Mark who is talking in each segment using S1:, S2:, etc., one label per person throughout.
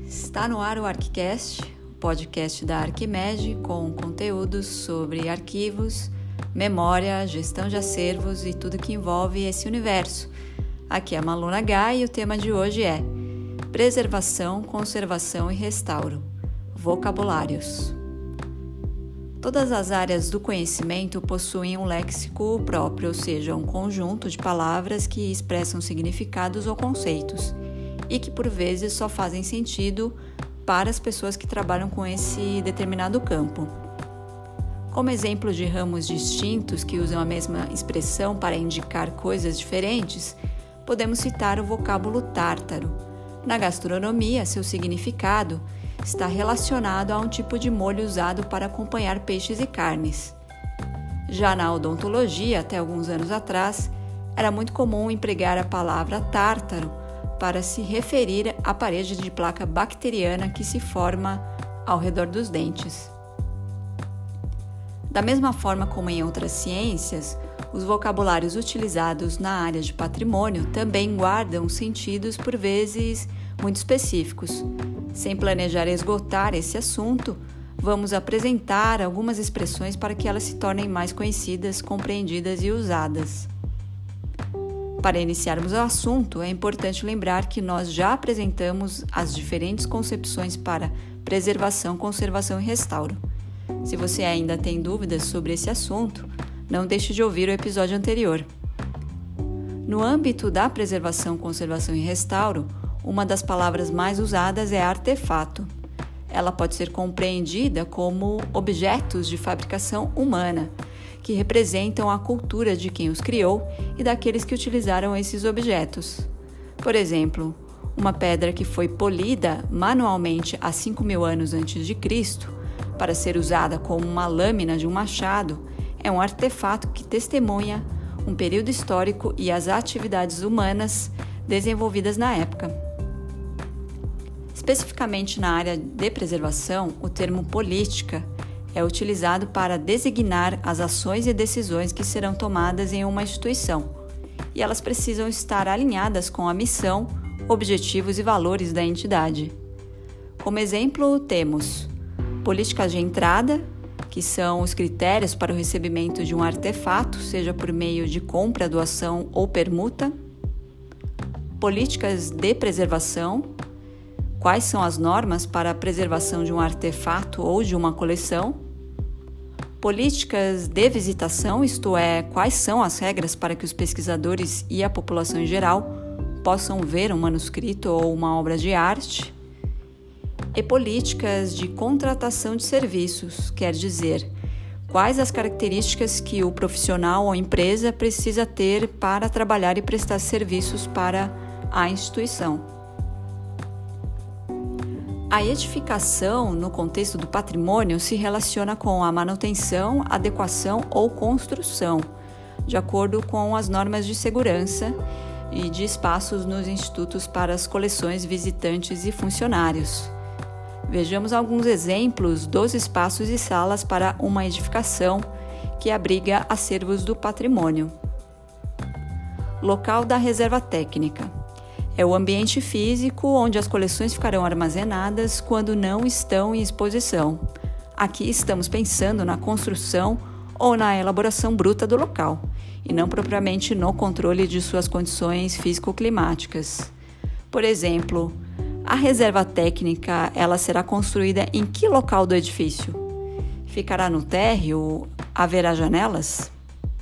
S1: Está no ar o ArquiCast, o podcast da Arquimed com conteúdos sobre arquivos, memória, gestão de acervos e tudo que envolve esse universo. Aqui é a Malu Nagai e o tema de hoje é Preservação, Conservação e Restauro. Vocabulários. Todas as áreas do conhecimento possuem um léxico próprio, ou seja, um conjunto de palavras que expressam significados ou conceitos e que por vezes só fazem sentido para as pessoas que trabalham com esse determinado campo. Como exemplo de ramos distintos que usam a mesma expressão para indicar coisas diferentes, podemos citar o vocábulo tártaro. Na gastronomia, seu significado está relacionado a um tipo de molho usado para acompanhar peixes e carnes. Já na odontologia, até alguns anos atrás, era muito comum empregar a palavra tártaro para se referir à parede de placa bacteriana que se forma ao redor dos dentes. Da mesma forma como em outras ciências, os vocabulários utilizados na área de patrimônio também guardam sentidos por vezes muito específicos. Sem planejar esgotar esse assunto, vamos apresentar algumas expressões para que elas se tornem mais conhecidas, compreendidas e usadas. Para iniciarmos o assunto, é importante lembrar que nós já apresentamos as diferentes concepções para preservação, conservação e restauro. Se você ainda tem dúvidas sobre esse assunto, não deixe de ouvir o episódio anterior. No âmbito da preservação, conservação e restauro, uma das palavras mais usadas é artefato. Ela pode ser compreendida como objetos de fabricação humana, que representam a cultura de quem os criou e daqueles que utilizaram esses objetos. Por exemplo, uma pedra que foi polida manualmente há 5.000 anos antes de Cristo, para ser usada como uma lâmina de um machado, é um artefato que testemunha um período histórico e as atividades humanas desenvolvidas na época. Especificamente na área de preservação, o termo política é utilizado para designar as ações e decisões que serão tomadas em uma instituição, e elas precisam estar alinhadas com a missão, objetivos e valores da entidade. Como exemplo, temos políticas de entrada, que são os critérios para o recebimento de um artefato, seja por meio de compra, doação ou permuta. Políticas de preservação, quais são as normas para a preservação de um artefato ou de uma coleção. Políticas de visitação, isto é, quais são as regras para que os pesquisadores e a população em geral possam ver um manuscrito ou uma obra de arte. E políticas de contratação de serviços, quer dizer, quais as características que o profissional ou empresa precisa ter para trabalhar e prestar serviços para a instituição. A edificação, no contexto do patrimônio, se relaciona com a manutenção, adequação ou construção, de acordo com as normas de segurança e de espaços nos institutos para as coleções, visitantes e funcionários. Vejamos alguns exemplos dos espaços e salas para uma edificação que abriga acervos do patrimônio. Local da reserva técnica. É o ambiente físico onde as coleções ficarão armazenadas quando não estão em exposição. Aqui estamos pensando na construção ou na elaboração bruta do local, e não propriamente no controle de suas condições físico-climáticas. Por exemplo, a reserva técnica ela será construída em que local do edifício? Ficará no térreo? Haverá janelas?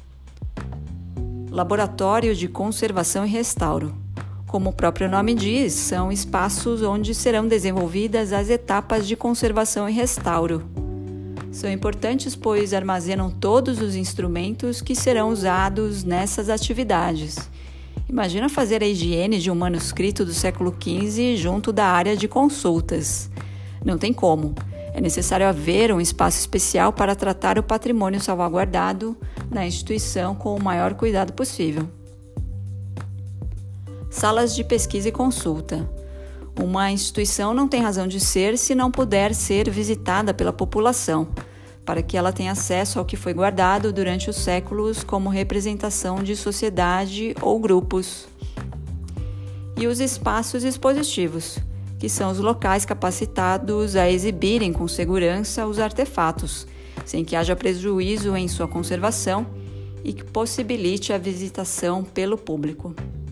S1: Laboratório de Conservação e Restauro. Como o próprio nome diz, são espaços onde serão desenvolvidas as etapas de conservação e restauro. São importantes pois armazenam todos os instrumentos que serão usados nessas atividades. Imagina fazer a higiene de um manuscrito do século XV junto da área de consultas. Não tem como. É necessário haver um espaço especial para tratar o patrimônio salvaguardado na instituição com o maior cuidado possível. Salas de pesquisa e consulta. Uma instituição não tem razão de ser se não puder ser visitada pela população, para que ela tenha acesso ao que foi guardado durante os séculos como representação de sociedade ou grupos. E os espaços expositivos, que são os locais capacitados a exibirem com segurança os artefatos, sem que haja prejuízo em sua conservação e que possibilite a visitação pelo público.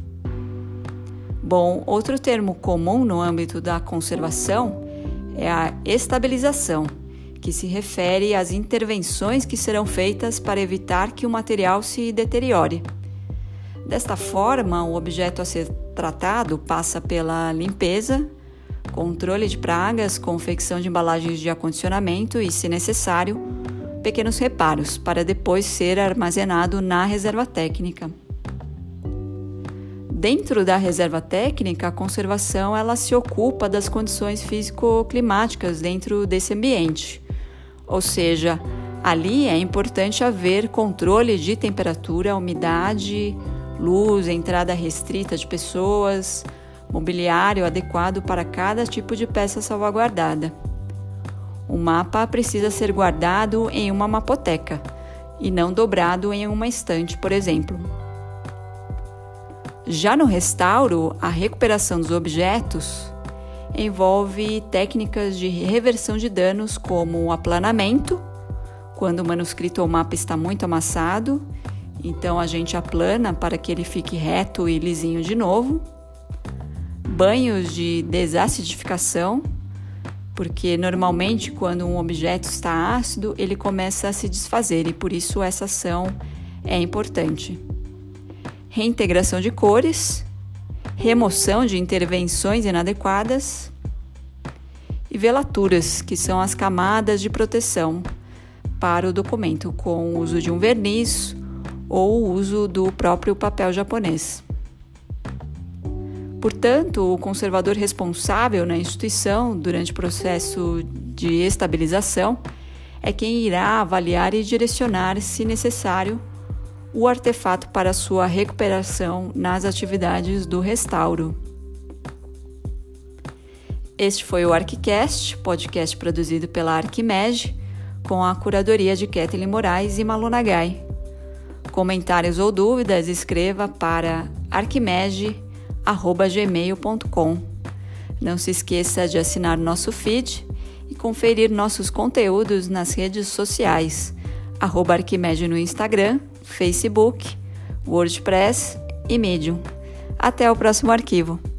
S1: Bom, outro termo comum no âmbito da conservação é a estabilização, que se refere às intervenções que serão feitas para evitar que o material se deteriore. Desta forma, o objeto a ser tratado passa pela limpeza, controle de pragas, confecção de embalagens de acondicionamento e, se necessário, pequenos reparos, para depois ser armazenado na reserva técnica. Dentro da reserva técnica, a conservação ela se ocupa das condições físico-climáticas dentro desse ambiente. Ou seja, ali é importante haver controle de temperatura, umidade, luz, entrada restrita de pessoas, mobiliário adequado para cada tipo de peça salvaguardada. O mapa precisa ser guardado em uma mapoteca e não dobrado em uma estante, por exemplo. Já no restauro, a recuperação dos objetos envolve técnicas de reversão de danos como o aplanamento, quando o manuscrito ou mapa está muito amassado, então a gente aplana para que ele fique reto e lisinho de novo. Banhos de desacidificação, porque normalmente quando um objeto está ácido, ele começa a se desfazer e por isso essa ação é importante. Reintegração de cores, remoção de intervenções inadequadas e velaturas, que são as camadas de proteção para o documento, com o uso de um verniz ou o uso do próprio papel japonês. Portanto, o conservador responsável na instituição durante o processo de estabilização é quem irá avaliar e direcionar, se necessário, o artefato para sua recuperação nas atividades do restauro. Este foi o ArquiCast, podcast produzido pela Arquimed, com a curadoria de Kathleen Moraes e Malu Nagai. Comentários ou dúvidas, escreva para arquimed@gmail.com. Não se esqueça de assinar nosso feed e conferir nossos conteúdos nas redes sociais, @Arquimed no Instagram, Facebook, WordPress e Medium. Até o próximo arquivo.